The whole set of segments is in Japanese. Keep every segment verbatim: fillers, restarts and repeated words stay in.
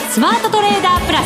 スマートトレーダープラス。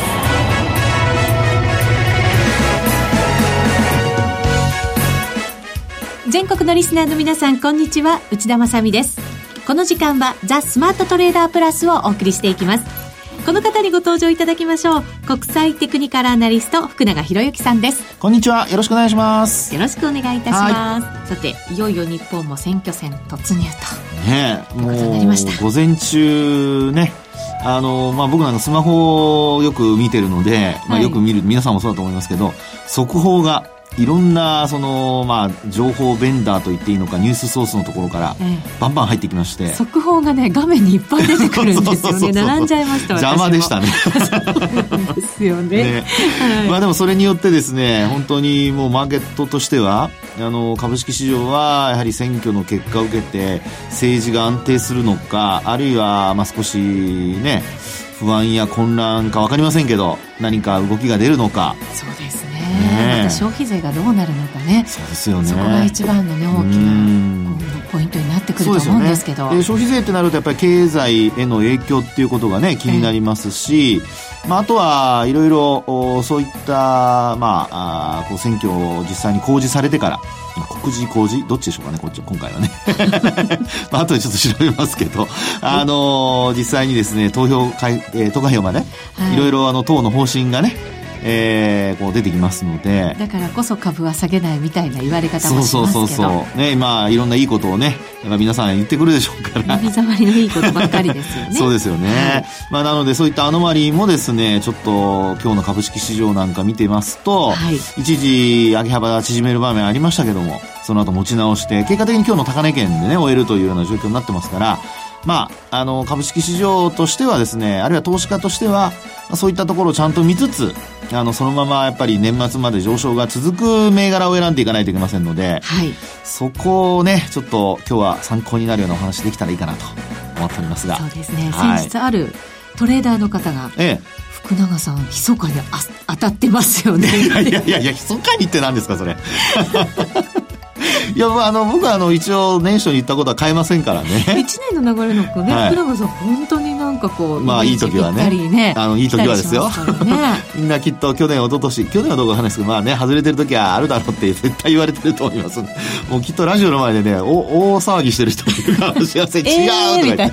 全国のリスナーの皆さん、こんにちは、内田まさみです。この時間はザ・スマートトレーダープラスをお送りしていきます。この方にご登場いただきましょう。国際テクニカルアナリスト、福永博之さんです。 こんにちは、よろしくお願いします。 よろしくお願いいたします。さて、いよいよ日本も選挙戦突入とねえ、もうなりました。 午前中ね、あの、まあ、僕なんかスマホをよく見てるので、まあ、よく見る、はい、皆さんもそうだと思いますけど、速報がいろんなその、まあ、情報ベンダーと言っていいのか、ニュースソースのところからバンバン入ってきまして、ええ、 速報がね、画面にいっぱい出てくるんですよね。並んじゃいました。 邪魔でしたね。 そうですよね。ね、 はい、まあ、でもそれによってですね、本当にもうマーケットとしては、あの株式市場はやはり選挙の結果を受けて政治が安定するのか、あるいはまあ少しね、不安や混乱か分かりませんけど、何か動きが出るのか。 そうですね。ね、また消費税がどうなるのかね。 そうですよね。 そこが一番のね、大きなポイントになってくると思うんですけど。 そうですよね。消費税ってなるとやっぱり経済への影響っていうことがね、気になりますし、えーまあ、あとはいろいろそういったまあ、あこう選挙を実際に公示されてから、告示公示どっちでしょうかね、こっち今回はね。まあ後でちょっと調べますけど、あのー、実際にですね、投票会、えー、投開票まで、はい、いろいろあの党の方針がね、えー、こう出てきますので、 だからこそ株は下げないみたいな言われ方もしますけど、 そうそうそうそうね、まあいろんないいことをね、皆さん言ってくるでしょうから、 耳障りのいいことばっかりですよね。 そうですよね。はい、まあなのでそういったアノマリーもですね、ちょっと今日の株式市場なんか見てますと、はい、一時上げ幅縮める場面ありましたけども、その後持ち直して結果的に今日の高値圏でね終えるというような状況になってますから、まあ、あの株式市場としてはですね、あるいは投資家としてはそういったところをちゃんと見つつ、あのそのままやっぱり年末まで上昇が続く銘柄を選んでいかないといけませんので、はい、そこをねちょっと今日は参考になるようなお話できたらいいかなと思っておりますが。 そうですね、はい、先日あるトレーダーの方が、ええ、福永さん密かにあ当たってますよね。 いやいやいやいや、密かにって何ですかそれ。いや、あの僕はあの一応年初に言ったことは変えませんからね。 いちねんの流れの子ね、はい、福永さん本当になんかこう、 まあいい時はね、 ね、 あのいい時はですよ。ね、みんなきっと去年一昨年去年はどうかわかんないですけど、まあね、外れてる時はあるだろうって絶対言われてると思います。もうきっとラジオの前でね、お大騒ぎしてる人もいるかもしれません。違うとか言って。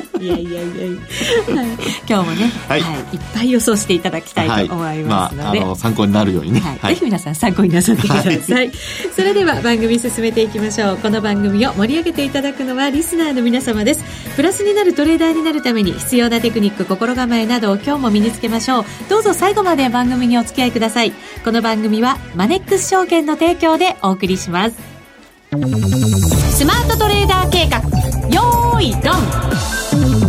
いやいやいや、はい、 今日もね、はいはい、いっぱい予想していただきたいと思いますので、はいまあ、 あの参考になるようにね、 はいはい、ぜひ皆さん参考になさってください、はい、それでは番組進めていきましょう。この番組を盛り上げていただくのはリスナーの皆様です。プラスになるトレーダーになるために必要なテクニック、心構えなどを今日も身につけましょう。どうぞ最後まで番組にお付き合いください。この番組はマネックス証券の提供でお送りします。スマートトレーダー計画、よーいドン。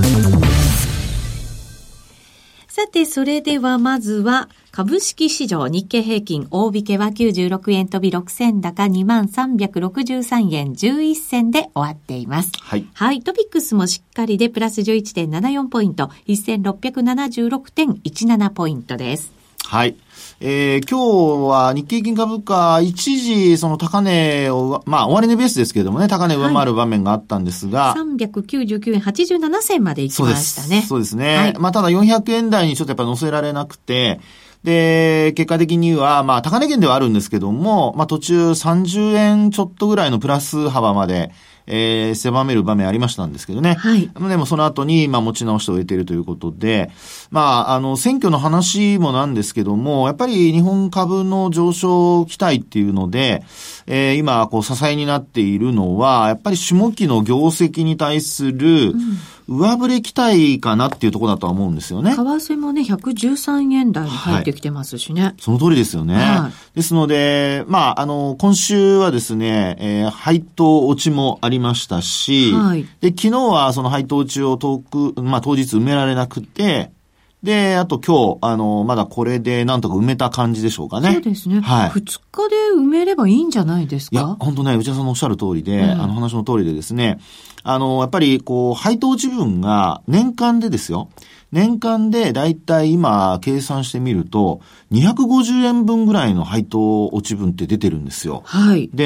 さて、それではまずは株式市場、日経平均大引けはきゅうじゅうろくえん飛びろく銭高 にまんさんびゃくろくじゅうさんえんじゅういっ銭で終わっています。はい。はい。トピックスもしっかりでプラス じゅういちてんななよん ポイント、せんろっぴゃくななじゅうろくてんいちなな ポイントです。 はい。えー、今日は日経平均株価一時その高値を、まあ終値ベースですけれどもね、高値上回る場面があったんですが、はい、 さんびゃくきゅうじゅうきゅうえんはちじゅうなな銭まで行きましたね。 そうです。そうですね。はい、まあただよんひゃくえん台にちょっとやっぱ乗せられなくて、で、結果的には、まあ高値圏ではあるんですけども、まあ途中さんじゅうえんちょっとぐらいのプラス幅まで、えー、狭める場面ありましたんですけどね。はい。でもその後に、まあ持ち直して終えているということで、まあ、あの、選挙の話もなんですけども、やっぱり日本株の上昇期待っていうので、えー、今、こう、支えになっているのは、やっぱり下期の業績に対する、上振れ期待かなっていうところだとは思うんですよね。 為替もね、ひゃくじゅうさんえん台に入ってきてますしね。はい、 その通りですよね。はい、ですので、まあ、あの、今週はですね、えー、配当落ちもありましたし、はい、で、昨日はその配当落ちを遠く、まあ、当日埋められなくて、で、あと今日、あの、まだこれでなんとか埋めた感じでしょうかね。 そうですね。はい。ふつかで埋めればいいんじゃないですか？ いや、本当ね、内田さんのおっしゃる通りで、うん、あの話の通りでですね、あの、やっぱりこう、配当落ち分が年間でですよ。年間でだいたい今計算してみると、にひゃくごじゅうえんぶんぐらいの配当落ち分って出てるんですよ。はい。で、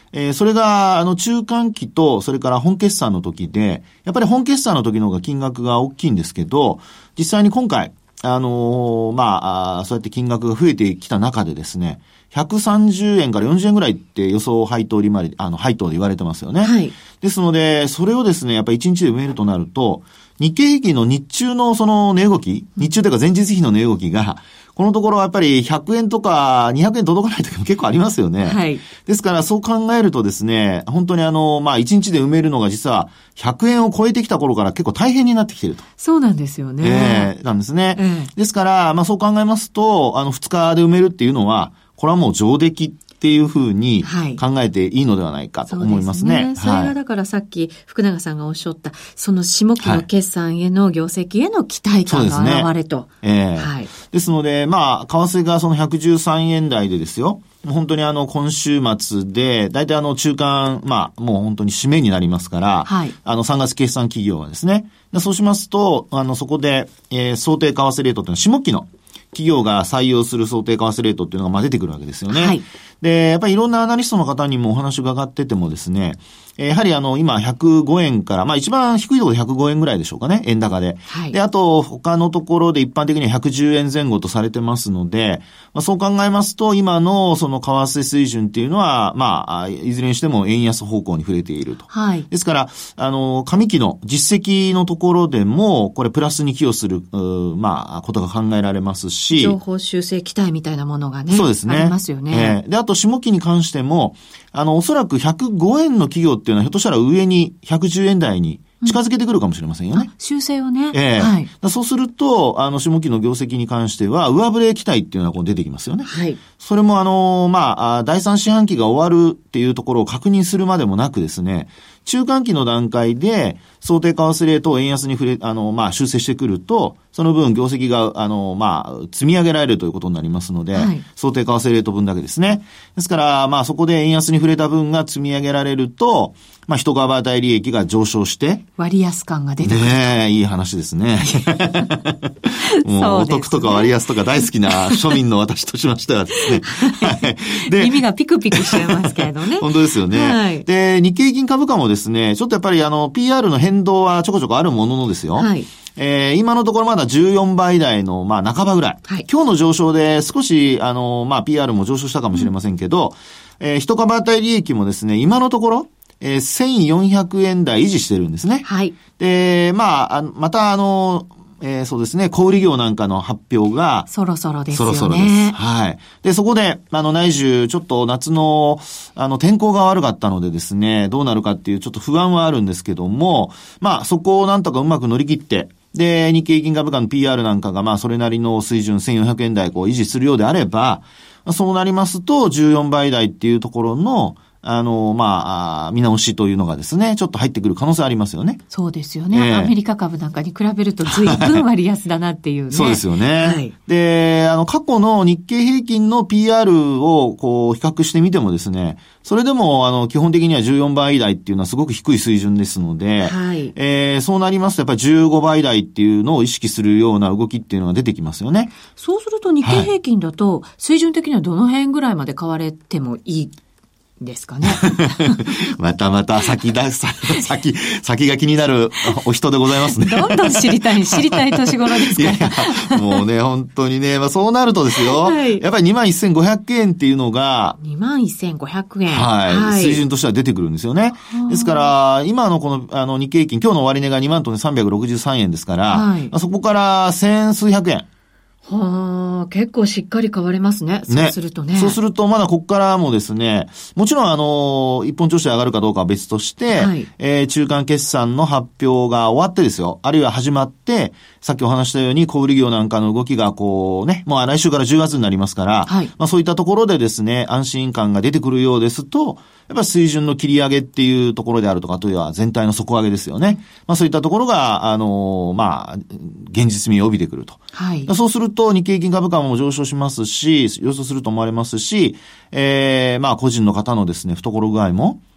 えー、それが、あの、中間期と、それから本決算の時で、やっぱり本決算の時の方が金額が大きいんですけど、実際に今回、あのー、まあ、そうやって金額が増えてきた中でですね、ひゃくさんじゅうえんからよんじゅうえんぐらいって予想配当利回り、あの、配当で言われてますよね。 はい。ですので、それをですね、やっぱりいちにちで埋めるとなると、日経平均の日中のその値動き、日中というか前日比の値動きが、このところはやっぱりひゃくえんとかにひゃくえん届かない時も結構ありますよね。 はい。 ですからそう考えるとですね、本当にあの、まあいちにちで埋めるのが実はひゃくえんを超えてきた頃から結構大変になってきていると。 そうなんですよね。 ええー、なんですね。えー、ですから、まあそう考えますと、あのふつかで埋めるっていうのは、これはもう上出来っていうふうに考えていいのではないかと思いますね。はい、そうですね。 それがだからさっき福永さんがおっしゃった、その下期の決算への業績への期待感が現れと。 そうですね。ええーはい、ですので、まあ、為替がそのひゃくじゅうさんえん台でですよ。本当にあの、今週末で、大体あの、中間、まあ、もう本当に締めになりますから、はい、あの、さんがつ決算企業はですね。そうしますと、あの、そこで、えー、想定為替レートというのは下期の企業が採用する想定為替レートっていうのがまあ出てくるわけですよね。はい。で、やっぱりいろんなアナリストの方にもお話を伺っててもですね、やはりあの、今ひゃくごえんから、まあ一番低いところでひゃくごえんぐらいでしょうかね、円高で。はい。で、あと他のところで一般的にはひゃくじゅうえんぜん後とされてますので、まあそう考えますと、今のその為替水準っていうのは、まあ、いずれにしても円安方向に触れていると。はい。ですから、あの、上期の実績のところでも、これプラスに寄与する、まあ、ことが考えられますし。 情報修正期待みたいなものがね。そうですね。ありますよね。 えー、で、あと下期に関しても、あの、おそらくひゃくごえんの企業っていうのはひょっとしたら上にひゃくじゅうえん台に近づけてくるかもしれませんよね。 うん、修正をね。 ええーはい、そうすると、あの、下期の業績に関しては、上振れ期待っていうのがこう出てきますよね。はい。それもあの、まあ、だいさん四半期が終わるっていうところを確認するまでもなくですね、中間期の段階で、想定為替レートを円安に触れ、あの、まあ、修正してくると、その分業績が、あの、まあ、積み上げられるということになりますので、はい、想定為替レート分だけですね。ですから、まあ、そこで円安に触れた分が積み上げられると、まあ、一株当たり利益が上昇して、 割安感が出てくる。 ねえ、いい話ですね。もう、お得とか割安とか大好きな庶民の私としましてはですね。 はい、で、耳がピクピクしちゃいますけれどね。 本当ですよね。はい、で、日経平均株価もですね、ちょっとやっぱりあの、ピーアール の変動はちょこちょこあるもののですよ。はい。えー、今のところまだじゅうよんばい台の、まあ、半ばぐらい。はい。今日の上昇で少し、あの、まあ、ピーアール も上昇したかもしれませんけど、うん、えー、一株当たり利益もですね、今のところ、えー、せんよんひゃくえん台維持してるんですね。はい。で、まあ、あまたあの、えー、そうですね、小売業なんかの発表が。 そろそろですよね。 そろそろです。はい。で、そこで、あの、内需、ちょっと夏の、あの、天候が悪かったのでですね、どうなるかっていうちょっと不安はあるんですけども、まあ、そこをなんとかうまく乗り切って、で、日経平均株価の ピーアール なんかが、まあ、それなりの水準せんよんひゃくえん台こう維持するようであれば、そうなりますと、じゅうよんばい台っていうところの、あの、まあ、見直しというのがですね、ちょっと入ってくる可能性ありますよね。 そうですよね。えー、アメリカ株なんかに比べると随分割安だなっていうね。 そうですよね。はい。で、あの、過去の日経平均の ピーアール をこう、比較してみてもですね、それでも、あの、基本的にはじゅうよんばい台っていうのはすごく低い水準ですので、はい。えー、そうなりますと、やっぱりじゅうごばい台っていうのを意識するような動きっていうのが出てきますよね。 そうすると日経平均だと、水準的にはどの辺ぐらいまで買われてもいいですかね。 またまた先だ、先、先が気になるお人でございますね。 どんどん知りたい、知りたい年頃ですから。いやもうね、本当にね、まあそうなるとですよ。はい、やっぱりにまんせんごひゃくえんっていうのが。 にまんせんごひゃくえん。 はい。はい、水準としては出てくるんですよね。ですから、今のこの、あの、日経平均、今日の終値がにまんとねさんびゃくろくじゅうさんえんですから、はい、そこから千数百円。 はあ、結構しっかり買われますね。そうするとね。 ねそうすると、まだここからもですね、もちろんあの、一本調子で上がるかどうかは別として、はい、えー、中間決算の発表が終わってですよ。あるいは始まって、さっきお話したように小売業なんかの動きがこうね、もう来週からじゅうがつになりますから、はい、まあそういったところでですね、安心感が出てくるようですと、やっぱり水準の切り上げっていうところであるとかというのは全体の底上げですよね。まあそういったところが、あのー、まあ、現実味を帯びてくると。はい。そうすると日経平均株価も上昇しますし、予想すると思われますし、えー、まあ個人の方のですね、懐具合も、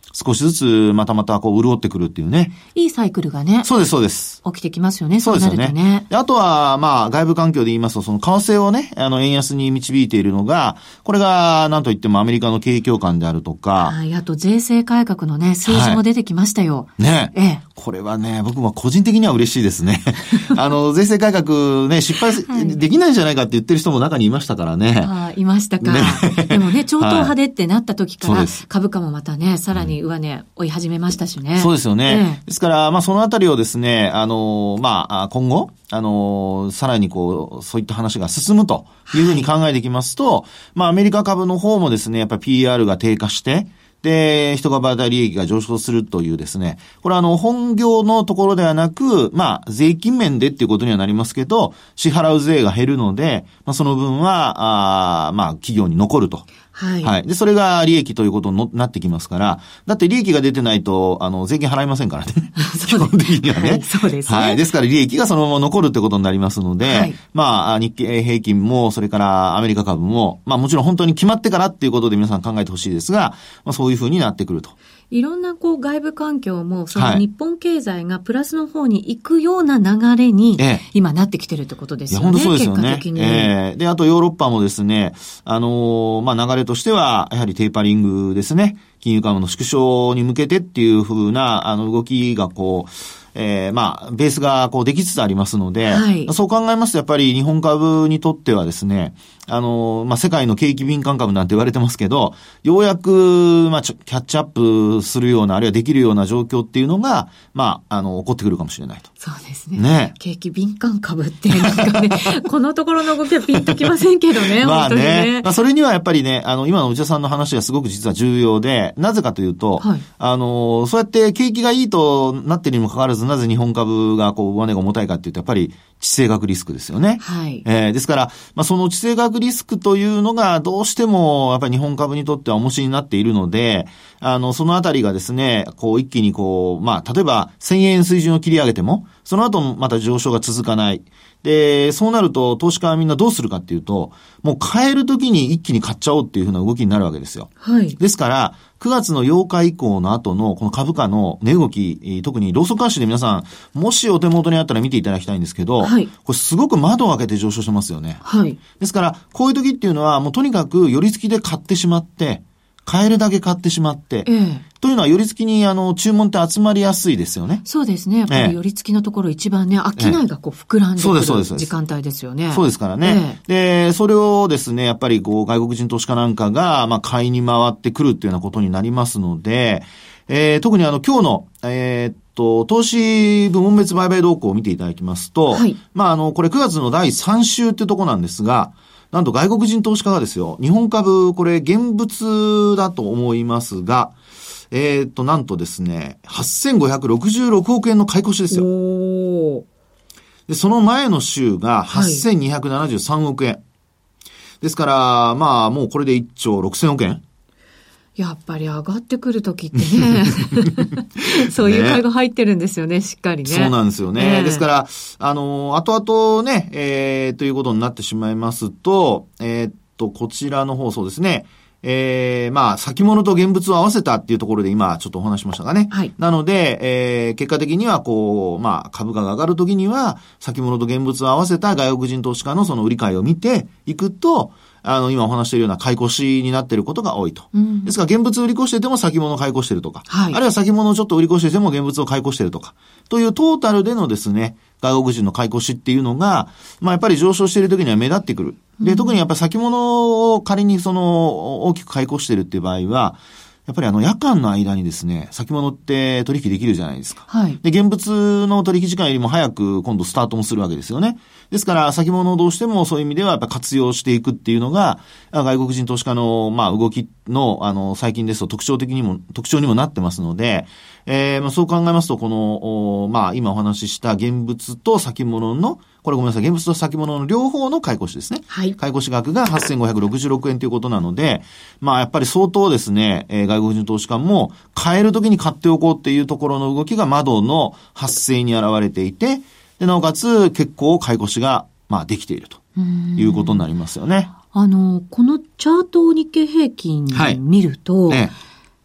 少しずつまたまたこう潤ってくるっていうね。 いいサイクルがね。 そうです、そうです。 起きてきますよね、そうなるとね。そうですよね。 あとは、まあ、外部環境で言いますと、その為替をね、あの、円安に導いているのが、これが、なんといってもアメリカの景況感であるとか。 はい、あと税制改革のね、数字も出てきましたよ。 はい、ね。 ええ。 これはね、僕も個人的には嬉しいですね。あの、税制改革ね、失敗できないんじゃないかって言ってる人も中にいましたからね。 ああ、いましたか。ね、でもね、超党派でってなった時から、はい、株価もまたね、さらに上値追い始めましたしね。 そうですよね。ええ、ですから、まあ、そのあたりをですね、あの、まあ、今後、あの、さらにこう、そういった話が進むというふうに考えていきますと、はい、まあ、アメリカ株の方もですね、やっぱり ピーイーアール が低下して、で、一株当たり利益が上昇するというですね、これはあの、本業のところではなく、まあ、税金面でっていうことにはなりますけど、支払う税が減るので、まあ、その分は、あまあ、企業に残ると。はい。はい。で、それが利益ということになってきますから、だって利益が出てないと、あの、税金払いませんからね。基本的にはね。はい、 そうですね。 はい。ですから利益がそのまま残るってことになりますので、はい、まあ、日経平均も、それからアメリカ株も、まあもちろん本当に決まってからっていうことで皆さん考えてほしいですが、まあそういうふうになってくると。 いろんなこう外部環境も、その日本経済がプラスの方に行くような流れに、今なってきてるってことですよね。 いや、本当そうですよね。 結果的に。 えー、で、あとヨーロッパもですね、あのー、まあ流れとしては、やはりテーパリングですね。金融緩和の縮小に向けてっていう風な、あの動きがこう、えー、まあ、ベースがこうできつつありますので、はい、そう考えますとやっぱり日本株にとってはですね、あの、まあ、世界の景気敏感株なんて言われてますけど、ようやく、まあ、キャッチアップするような、あるいはできるような状況っていうのが、まあ、あの、起こってくるかもしれないと。 そうですね。ね。景気敏感株ってなんかね、このところの動きはピンときませんけどね、まあね、本当にね。 まあ、それにはやっぱりね、あの、今の内田さんの話がすごく実は重要で、なぜかというと、はい、あの、そうやって景気がいいとなっているにもかかわらず、なぜ日本株がこう上値が重たいかっていうと、やっぱり地政学リスクですよね。はい。えー、ですから、まあ、その地政学リスクというのがどうしてもやっぱり日本株にとっては重しになっているので、あの、そのあたりがですね、こう一気にこう、まあ、例えばせんえん水準を切り上げても、その後また上昇が続かない。で、そうなると投資家はみんなどうするかっていうと、もう買える時に一気に買っちゃおうっていうふうな動きになるわけですよ。はい。ですから、くがつのようか以降の後のこの株価の値動き、特にローソク足で皆さん、もしお手元にあったら見ていただきたいんですけど、はい、これすごく窓を開けて上昇してますよね。はい。ですから、こういう時っていうのは、もうとにかく寄り付きで買ってしまって、買えるだけ買ってしまって、ええ、というのは寄り付きにあの注文って集まりやすいですよね。 そうですね。やっぱり寄り付きのところ一番ね、商いがこう膨らんでくる時間帯ですよね。 そうですからね。ええ、で、それをですね、やっぱりこう外国人投資家なんかがまあ買いに回ってくるっていうようなことになりますので、えー、特にあの今日のえー、っと投資部門別売買動向を見ていただきますと、はい、まああのこれくがつのだいさん週っていうところなんですが。なんと外国人投資家がですよ、日本株、これ現物だと思いますが、えー、っと、なんとですね、はっせんごひゃくろくじゅうろくおくえんの買い越しですよ。おで、その前の週がはっせんにひゃくななじゅうさんおくえん。はい、ですから、まあ、もうこれでいっちょうろくせんおくえん。 やっぱり上がってくるときってね、そういう買いが入ってるんですよね、ねしっかりね。 そうなんですよね。えー、ですから、あの、後々ね、えー、ということになってしまいますと、えー、っと、こちらの方そうですね、えー、まあ、先物と現物を合わせたっていうところで今ちょっとお話しましたがね。はい。なので、えー、結果的にはこう、まあ、株価が上がるときには、先物と現物を合わせた外国人投資家のその売り買いを見ていくと、あの、今お話しているような買い越しになっていることが多いと。うん、ですから、現物売り越してても先物を買い越しているとか、はい、あるいは先物をちょっと売り越してても現物を買い越しているとか、というトータルでのですね、外国人の買い越しっていうのが、まあやっぱり上昇している時には目立ってくる。で、特にやっぱり先物を仮にその大きく買い越しているっていう場合は、やっぱりあの夜間の間にですね、先物って取引できるじゃないですか。はい。で、現物の取引時間よりも早く今度スタートもするわけですよね。ですから先物をどうしてもそういう意味ではやっぱ活用していくっていうのが、外国人投資家のまあ動きのあの最近ですと特徴的にも、特徴にもなってますので、えー、まあそう考えますとこの、まあ今お話しした現物と先物のこれごめんなさい。現物と先物の両方の買い越しですね。はい。買い越し額がはっせんごひゃくろくじゅうろくえんということなので、まあやっぱり相当ですね、えー、外国人投資家も買えるときに買っておこうっていうところの動きが窓の発生に現れていて、で、なおかつ結構買い越しが、まあできているということになりますよね。 あの、このチャートを日経平均見ると、はい、ええ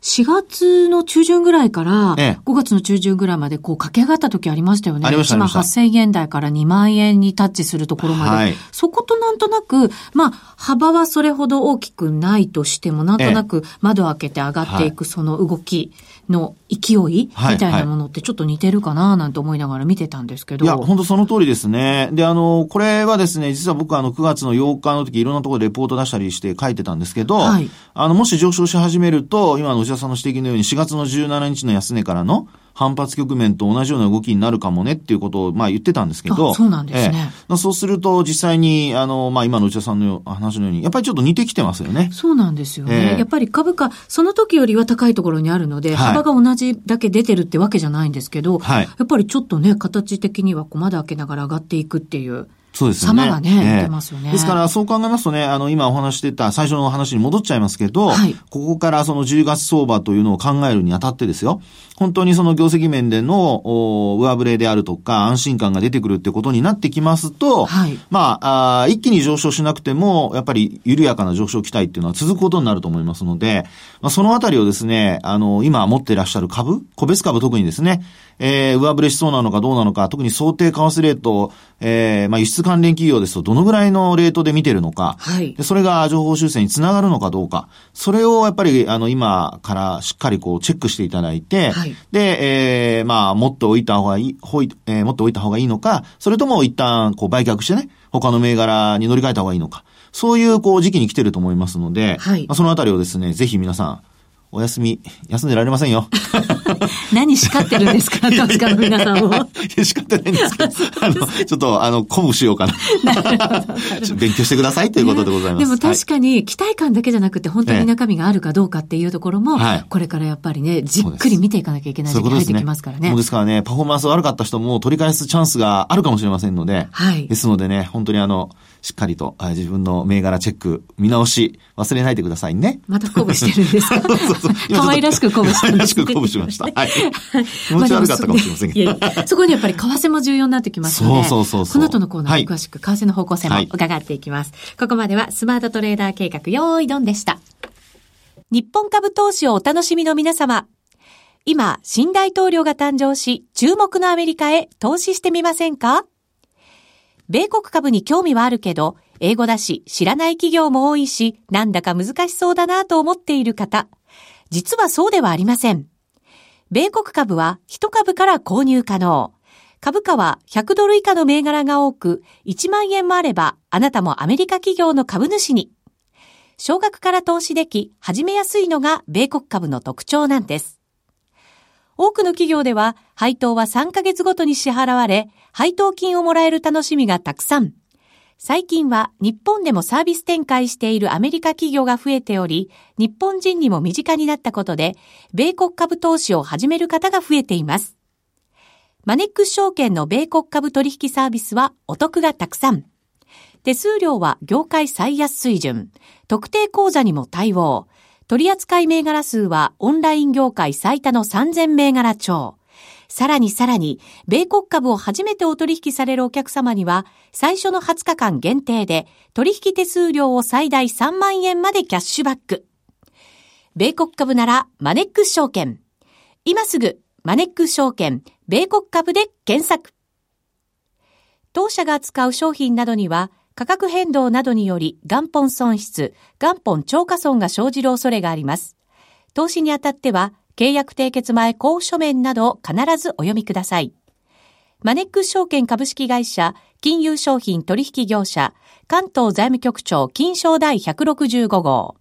しがつの中旬ぐらいから、 ええ、 ごがつの中旬ぐらいまでこう駆け上がった時ありましたよね。 ありました、 いちまんはっせんえん台からにまんえんにタッチするところまで。はい、そことなんとなく、まあ、幅はそれほど大きくないとしても、なんとなく窓開けて上がっていくその動きの勢いみたいなものってちょっと似てるかななんて思いながら見てたんですけど。 いや、本当その通りですね。で、あの、これはですね、実は僕あのくがつのようかの時いろんなところでレポート出したりして書いてたんですけど、はい、あの、もし上昇し始めると、今の内田さんの指摘のようにしがつのじゅうしちにちの安値からの反発局面と同じような動きになるかもねっていうことを、まあ言ってたんですけど。 そうなんですね。 ええ、そうすると実際に、あの、まあ今の内田さんの話のように、やっぱりちょっと似てきてますよね。 そうなんですよね。ええ、やっぱり株価、その時よりは高いところにあるので、はい、幅が同じだけ出てるってわけじゃないんですけど、はい、やっぱりちょっとね、形的にはこう窓開けながら上がっていくっていう。 そうですよね。 様がね、出ますよね。 ですから、そう考えますとね、あの、今お話してた最初の話に戻っちゃいますけど、はい、ここからそのじゅうがつ相場というのを考えるにあたってですよ、本当にその業績面での上振れであるとか安心感が出てくるってことになってきますと、はい、まあ、あ一気に上昇しなくても、やっぱり緩やかな上昇期待っていうのは続くことになると思いますので、まあ、そのあたりをですね、あの、今持っていらっしゃる株、個別株特にですね、えー、上振れしそうなのかどうなのか、特に想定為替レート、えー、まあ、輸出関連企業ですとどのぐらいのレートで見てるのか、はい、でそれが情報修正につながるのかどうか、それをやっぱり、あの、今からしっかりこうチェックしていただいて、はい、で、えー、まあ、持っておいた方がいい、ほい、えー、持っておいた方がいいのか、それとも一旦こう売却してね、他の銘柄に乗り換えた方がいいのか、そういうこう時期に来てると思いますので、はい、まあ、そのあたりをですね、ぜひ皆さん、お休み、休んでられませんよ。 何叱ってるんですか、投資家の皆さんを。いや、叱ってないんですけど、あの、ちょっと、あの、鼓舞しようかな。勉強してくださいということでございます。 でも確かに、期待感だけじゃなくて、本当に中身があるかどうかっていうところも、はい、これからやっぱりね、じっくり見ていかなきゃいけない時期に入ってきますからね。 そうですからね、パフォーマンス悪かった人も取り返すチャンスがあるかもしれませんので、はい、ですのでね、本当にあの、しっかりと自分の銘柄チェック、見直し、忘れないでくださいね。 また鼓舞してるんですか？そうそうそう。可愛らしく鼓舞したんです。 可愛らしく鼓舞しました。はい。気持ち悪かったかもしれませんけど。 まあ、そ, そこにやっぱり為替も重要になってきますので、そうそうそうそう。この後のコーナーで詳しく為替の方向性も伺っていきます。はい、ここまではスマートトレーダー計画用意ドンでした。日本株投資をお楽しみの皆様。今、新大統領が誕生し、注目のアメリカへ投資してみませんか？米国株に興味はあるけど、英語だし知らない企業も多いし、なんだか難しそうだなと思っている方。実はそうではありません。米国株はひと株から購入可能。株価はひゃくドル以下の銘柄が多く、いちまんえんもあれば、あなたもアメリカ企業の株主に。少額から投資でき、始めやすいのが米国株の特徴なんです。多くの企業では配当はさんかげつごとに支払われ、配当金をもらえる楽しみがたくさん。最近は日本でもサービス展開しているアメリカ企業が増えており、日本人にも身近になったことで、米国株投資を始める方が増えています。マネックス証券の米国株取引サービスはお得がたくさん。手数料は業界最安水準。特定口座にも対応。取扱銘柄数はオンライン業界最多のさんぜんめいがら超。さらにさらに、米国株を初めてお取引されるお客様には、最初のはつかかん限定で、取引手数料を最大さんまんえんまでキャッシュバック。米国株ならマネックス証券。今すぐ、マネックス証券、米国株で検索。当社が扱う商品などには、価格変動などにより元本損失、元本超過損が生じる恐れがあります。投資にあたっては、契約締結前交付書面などを必ずお読みください。マネックス証券株式会社、金融商品取引業者、関東財務局長金商第ひゃくろくじゅうご号。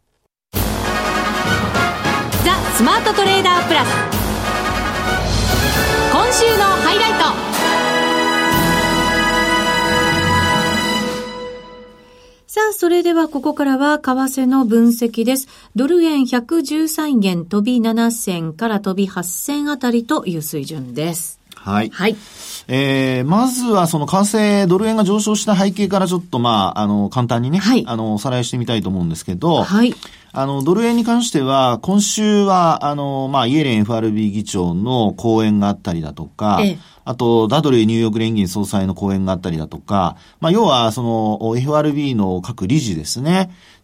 ザ・スマートトレーダープラス。今週のハイライト。さあ、それではここからは為替の分析です。ドル円ひゃくじゅうさんえん飛びなな銭から飛びはっ銭あたりという水準です。 はい。はい。えー、まずはその為替、ドル円が上昇した背景からちょっとまあ、あの、簡単にね、はい、あの、おさらいしてみたいと思うんですけど、はい。あの、ドル円に関しては、今週は、あの、まあ、イエレン エフアールビー 議長の講演があったりだとか、ええ、あと、ダドレーニューヨーク連銀総裁の講演があったりだとか、まあ、要は、その、エフアールビー の各理事ですね。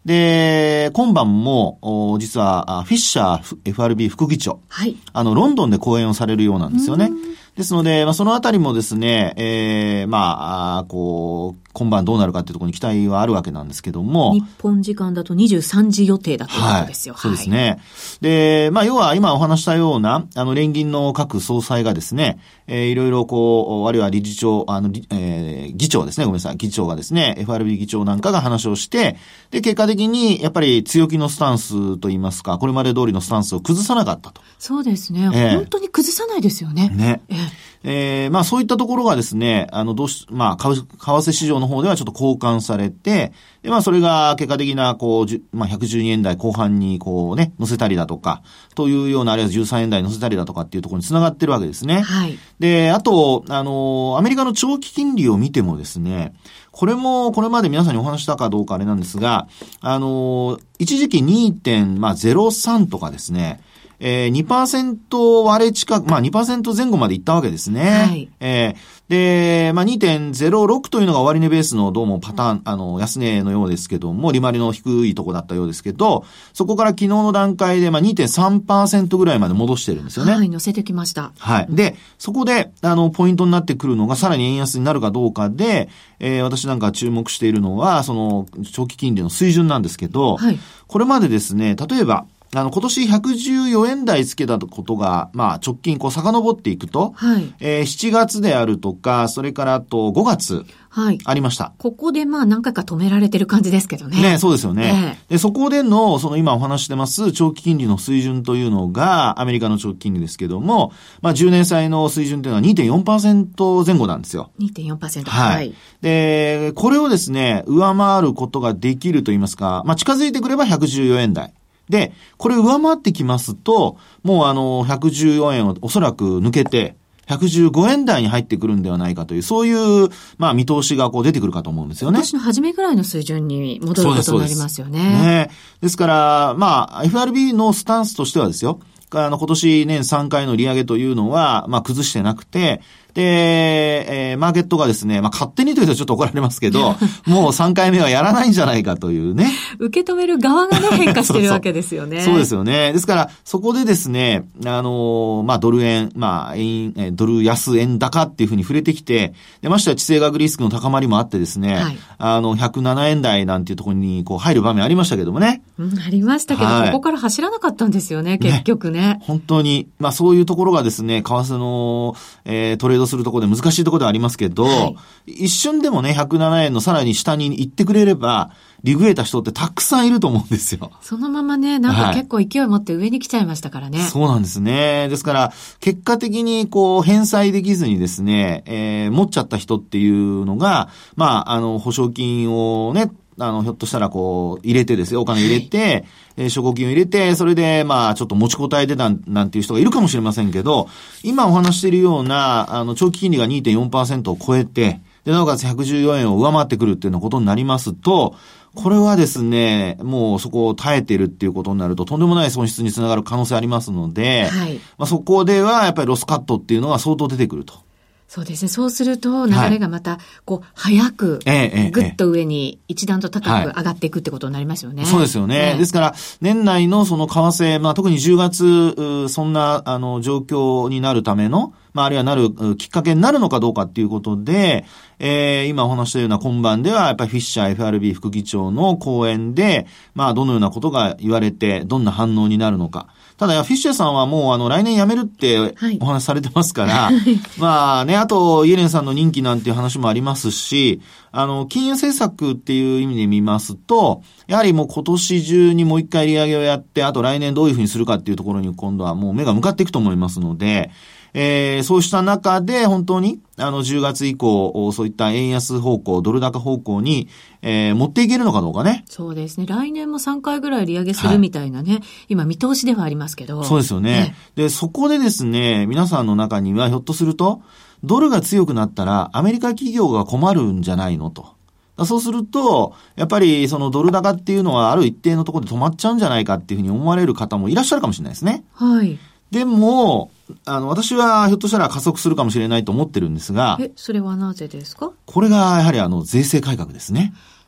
で、今晩も、実は、フィッシャー エフアールビー 副議長。はい。あの、ロンドンで講演をされるようなんですよね。ですので、まあ、そのあたりもですね、えー、まあ、こう、今晩どうなるかっていうところに期待はあるわけなんですけども。 日本時間だとにじゅうさんじ予定だということですよ。 はい。そうですね。はい、で、まあ、要は今お話したような、あの、連銀の各総裁がですね、えー、いろいろこう、あるいは理事長、あの、えー、議長ですね、ごめんなさい、議長がですね、エフアールビー 議長なんかが話をして、で、結果的に、やっぱり強気のスタンスといいますか、これまで通りのスタンスを崩さなかったと。 そうですね。えー、本当に崩さないですよね。 ね。えーえー、まあそういったところがですね、あの、どうし、まあ、為替市場の方ではちょっと交換されて、で、まあそれが結果的な、こう、まあひゃくじゅうにえん台後半にこうね、乗せたりだとか、というような、あるいはじゅうさんえん台乗せたりだとかっていうところに繋がってるわけですね。はい。で、あと、あの、アメリカの長期金利を見てもですね、これも、これまで皆さんにお話したかどうかあれなんですが、あの、一時期 にてんゼロさん とかですね、えー、にパーセント 割れ近く、まあ にパーセント 前後までいったわけですね。はい。えー、で、まあ にてんゼロろく というのが終値ベースのどうもパターン、あの、安値のようですけども、利回りの低いとこだったようですけど、そこから昨日の段階で、まあ にてんさんパーセント ぐらいまで戻してるんですよね。 はい、乗せてきました。 はい。で、そこで、あの、ポイントになってくるのが、さらに円安になるかどうかで、えー、私なんか注目しているのは、その、長期金利の水準なんですけど、はい。これまでですね、例えば、あの、今年ひゃくじゅうよえん台つけたことが、まあ、直近こう遡っていくと、はい。えー、しちがつであるとか、それからあとごがつ。はい。ありました。 ここでまあ何回か止められてる感じですけどね。 ね、そうですよね。えー、で、そこでの、その今お話してます長期金利の水準というのが、アメリカの長期金利ですけども、まあじゅうねん債の水準というのは にてんよんパーセント 前後なんですよ。 にてんよんパーセント。 はい。はい。で、これをですね、上回ることができると言いますか、まあ近づいてくればひゃくじゅうよえん台。で、これ上回ってきますと、もうあの、ひゃくじゅうよえんをおそらく抜けて、ひゃくじゅうごえん台に入ってくるんではないかという、そういう、まあ見通しがこう出てくるかと思うんですよね。 今年の初めぐらいの水準に戻ることになりますよね。 ですね。ですから、まあ、エフアールビー のスタンスとしてはですよ、あの、今年年さんかいの利上げというのは、まあ、崩してなくて、で、えー、マーケットがですね、まあ、勝手にというとちょっと怒られますけど、もうさんかいめはやらないんじゃないかというね。 受け止める側がね、変化してるわけですよね。 そうそう、そうですよね。ですから、そこでですね、あの、まあ、ドル円、まあ、円、ドル安円高っていうふうに触れてきて、で、ましては地政学リスクの高まりもあってですね、はい、あの、ひゃくななえん台なんていうところにこう入る場面ありましたけどもね。 うん、ありましたけど、はい、ここから走らなかったんですよね、結局ね。ね、 本当に、まあ、そういうところがですね、為替の、えー、トレードするところで難しいところではありますけど、はい、一瞬でもね、ひゃくななえんのさらに下に行ってくれれば、リグエーた人ってたくさんいると思うんですよ。 そのままね、なんか結構勢いを持って上に来ちゃいましたからね。はい、 そうなんですね。ですから、結果的にこう、返済できずにですね、えー、持っちゃった人っていうのが、まあ、あの、保証金をね、あの、ひょっとしたらこう、入れてですよ、お金入れて、はい、えー、証拠金を入れて、それで、まあ、ちょっと持ちこたえてたなんていう人がいるかもしれませんけど、今お話しているような、あの、長期金利が にてんよんパーセント を超えて、で、なおかつひゃくじゅうよえんを上回ってくるっていうようなことになりますと、これはですね、もうそこを耐えてるっていうことになると、とんでもない損失につながる可能性ありますので、はい、まあ、そこではやっぱりロスカットっていうのが相当出てくると。 そうですね。そうすると流れがまたこう早くぐっと上に一段と高く上がっていくってことになりますよね。 はい、そうですよね。えー、ですから年内のその為替、まあ特にじゅうがつそんなあの状況になるための、まああるいはなるきっかけになるのかどうかっていうことで、えー、今お話したような今晩ではやっぱりフィッシャー エフアールビー 副議長の講演で、まあどのようなことが言われてどんな反応になるのか。ただ、フィッシャーさんはもうあの来年辞めるってお話されてますから、はい、まあね、あとイエレンさんの任期なんていう話もありますし、あの、金融政策っていう意味で見ますと、やはりもう今年中にもう一回利上げをやって、あと来年どういうふうにするかっていうところに今度はもう目が向かっていくと思いますので、えー、そうした中で本当にあのじゅうがつ以降そういった円安方向、ドル高方向に、えー、持っていけるのかどうかね。 そうですね。来年もさんかいぐらい利上げするみたいなね、はい、今見通しではありますけど。 そうですよね。ね、で、そこでですね、皆さんの中にはひょっとするとドルが強くなったらアメリカ企業が困るんじゃないのと。そうすると、やっぱりそのドル高っていうのはある一定のところで止まっちゃうんじゃないかっていうふうに思われる方もいらっしゃるかもしれないですね。 はい。 でも、あの、私はひょっとしたら加速するかもしれないと思ってるんですが。 え、それはなぜですか？ これがやはりあの、税制改革ですね。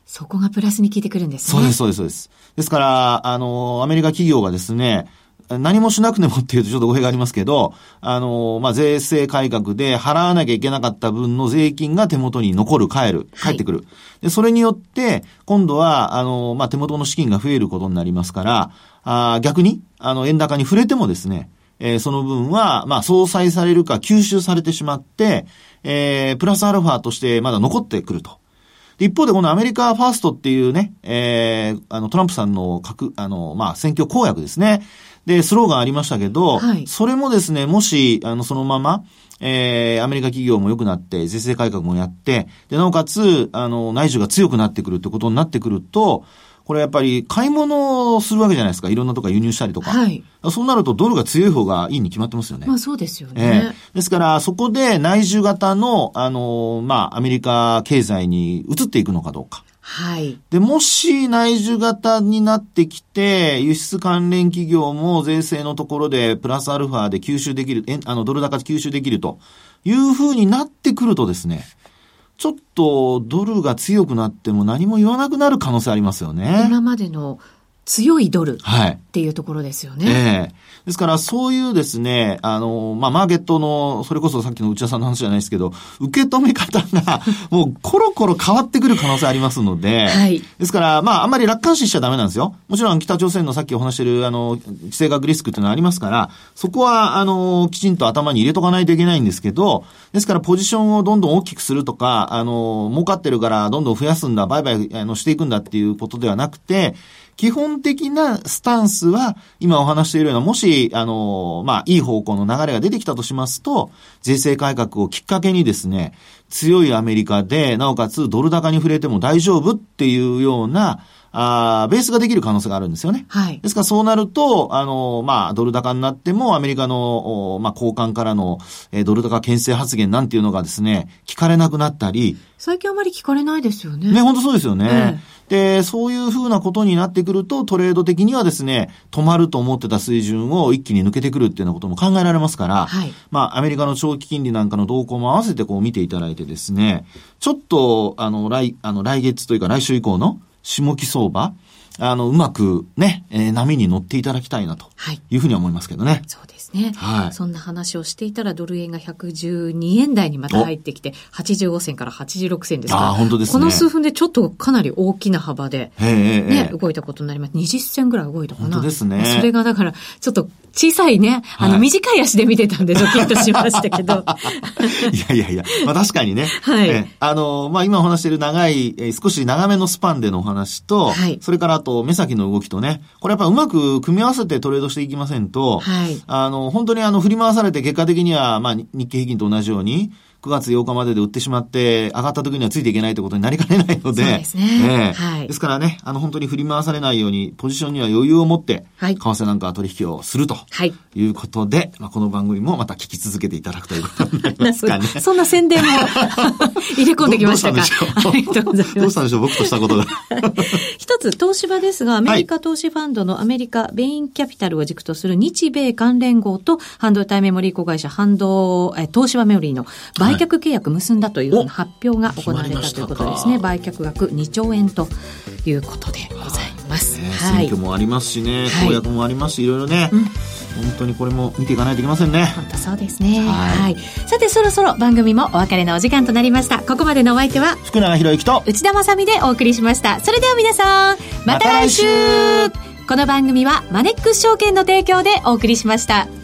そこがプラスに効いてくるんですね。 そうです、そうです、そうです。ですから、あの、アメリカ企業がですね、何もしなくてもっていうとちょっと語弊がありますけど、あの、まあ、税制改革で払わなきゃいけなかった分の税金が手元に残る、帰る、帰ってくる。はい、で、それによって、今度は、あの、まあ、手元の資金が増えることになりますから、あ逆に、あの、円高に触れてもですね、えー、その分は、まあ、相殺されるか吸収されてしまって、えー、プラスアルファとしてまだ残ってくると。で一方でこのアメリカファーストっていうね、えー、あの、トランプさんの各、あの、まあ、選挙公約ですね。で、スローガンありましたけど、はい、それもですね、もし、あの、そのまま、えー、アメリカ企業も良くなって、税制改革もやって、で、なおかつ、あの、内需が強くなってくるってことになってくると、これやっぱり買い物をするわけじゃないですか。いろんなとこ輸入したりとか。はい。そうなるとドルが強い方がいいに決まってますよね。 まあそうですよね。 えー、ですからそこで内需型の、あのー、まあアメリカ経済に移っていくのかどうか。 はい。 で、もし内需型になってきて、輸出関連企業も税制のところでプラスアルファで吸収できる、えあのドル高で吸収できるという風になってくるとですね、ちょっとドルが強くなっても何も言わなくなる可能性ありますよね。 今までの強いドルっていうところですよね。はい、 ええですからそういうですね、あの、まあ、マーケットの、それこそさっきの内田さんの話じゃないですけど、受け止め方がもうコロコロ変わってくる可能性ありますので、はい、ですから、まあ、あんまり楽観視しちゃダメなんですよ。もちろん北朝鮮のさっきお話してる、あの、地政学リスクっていうのはありますから、そこは、あの、きちんと頭に入れとかないといけないんですけど、ですからポジションをどんどん大きくするとか、あの、儲かってるからどんどん増やすんだ、売買あのしていくんだっていうことではなくて、基本的なスタンスは、今お話しているような、もし、あの、まあ、いい方向の流れが出てきたとしますと、税制改革をきっかけにですね、強いアメリカで、なおかつドル高に触れても大丈夫っていうような、あベースができる可能性があるんですよね。はい。ですからそうなると、あの、まあ、ドル高になってもアメリカの、まあ、高官からの、えー、ドル高牽制発言なんていうのがですね、聞かれなくなったり。 最近あまり聞かれないですよね。 ね、本当そうですよね。えー、で、そういうふうなことになってくると、トレード的にはですね、止まると思ってた水準を一気に抜けてくるっていうようなことも考えられますから、はい。まあ、アメリカの長期金利なんかの動向も合わせてこう見ていただいてですね、ちょっと、あの、来、あの、来月というか来週以降の下期相場、あの、うまくね、えー、波に乗っていただきたいなというふうには思いますけどね。はい、 そうですね。はい。そんな話をしていたらドル円がひゃくじゅうにえん台にまた入ってきて、はちじゅうごせんからはちじゅうろくせんですから。ああ、本当ですね。この数分でちょっとかなり大きな幅で、ね、動いたことになります。にじゅっせんぐらい動いたかな。 本当ですね。 それがだから、ちょっと小さいね、あの、短い足で見てたんでドキッとしましたけど。 いやいやいや、まあ確かにね。はい。えあの、まあ今お話している長い、え少し長めのスパンでのお話と、はい。それからあと、目先の動きとね、これやっぱうまく組み合わせてトレードしていきませんと、はい。あの、本当にあの、振り回されて結果的には、まあ日経平均と同じように、くがつようかまでで売ってしまって、上がった時にはついていけないということになりかねないので。 そうですね。 えー、はい。ですからね、あの、本当に振り回されないように、ポジションには余裕を持って、はい。為替なんか取引をすると。はい。いうことで、まあ、この番組もまた聞き続けていただくということになりますかね。 そんな宣伝も入れ込んできましたか。ありがとうございます。 どうしたんでしょう、僕としたことが。 一つ、東芝ですが、アメリカ投資ファンドのアメリカ、ベインキャピタルを軸とする日米関連合と、半導体メモリー子会社、半導、え、東芝メモリーの売却契約結んだという発表が行われたということですね。売却額にちょうえんということでございます。 ね、はい、選挙もありますしね、公約もありますし、いろいろね、うん、本当にこれも見ていかないといけませんね。 本当そうですね。はい、はい。さて、そろそろ番組もお別れのお時間となりました。ここまでのお相手は福永博之と内田まさみでお送りしました。それでは皆さん、また来週。また来週。この番組はマネックス証券の提供でお送りしました。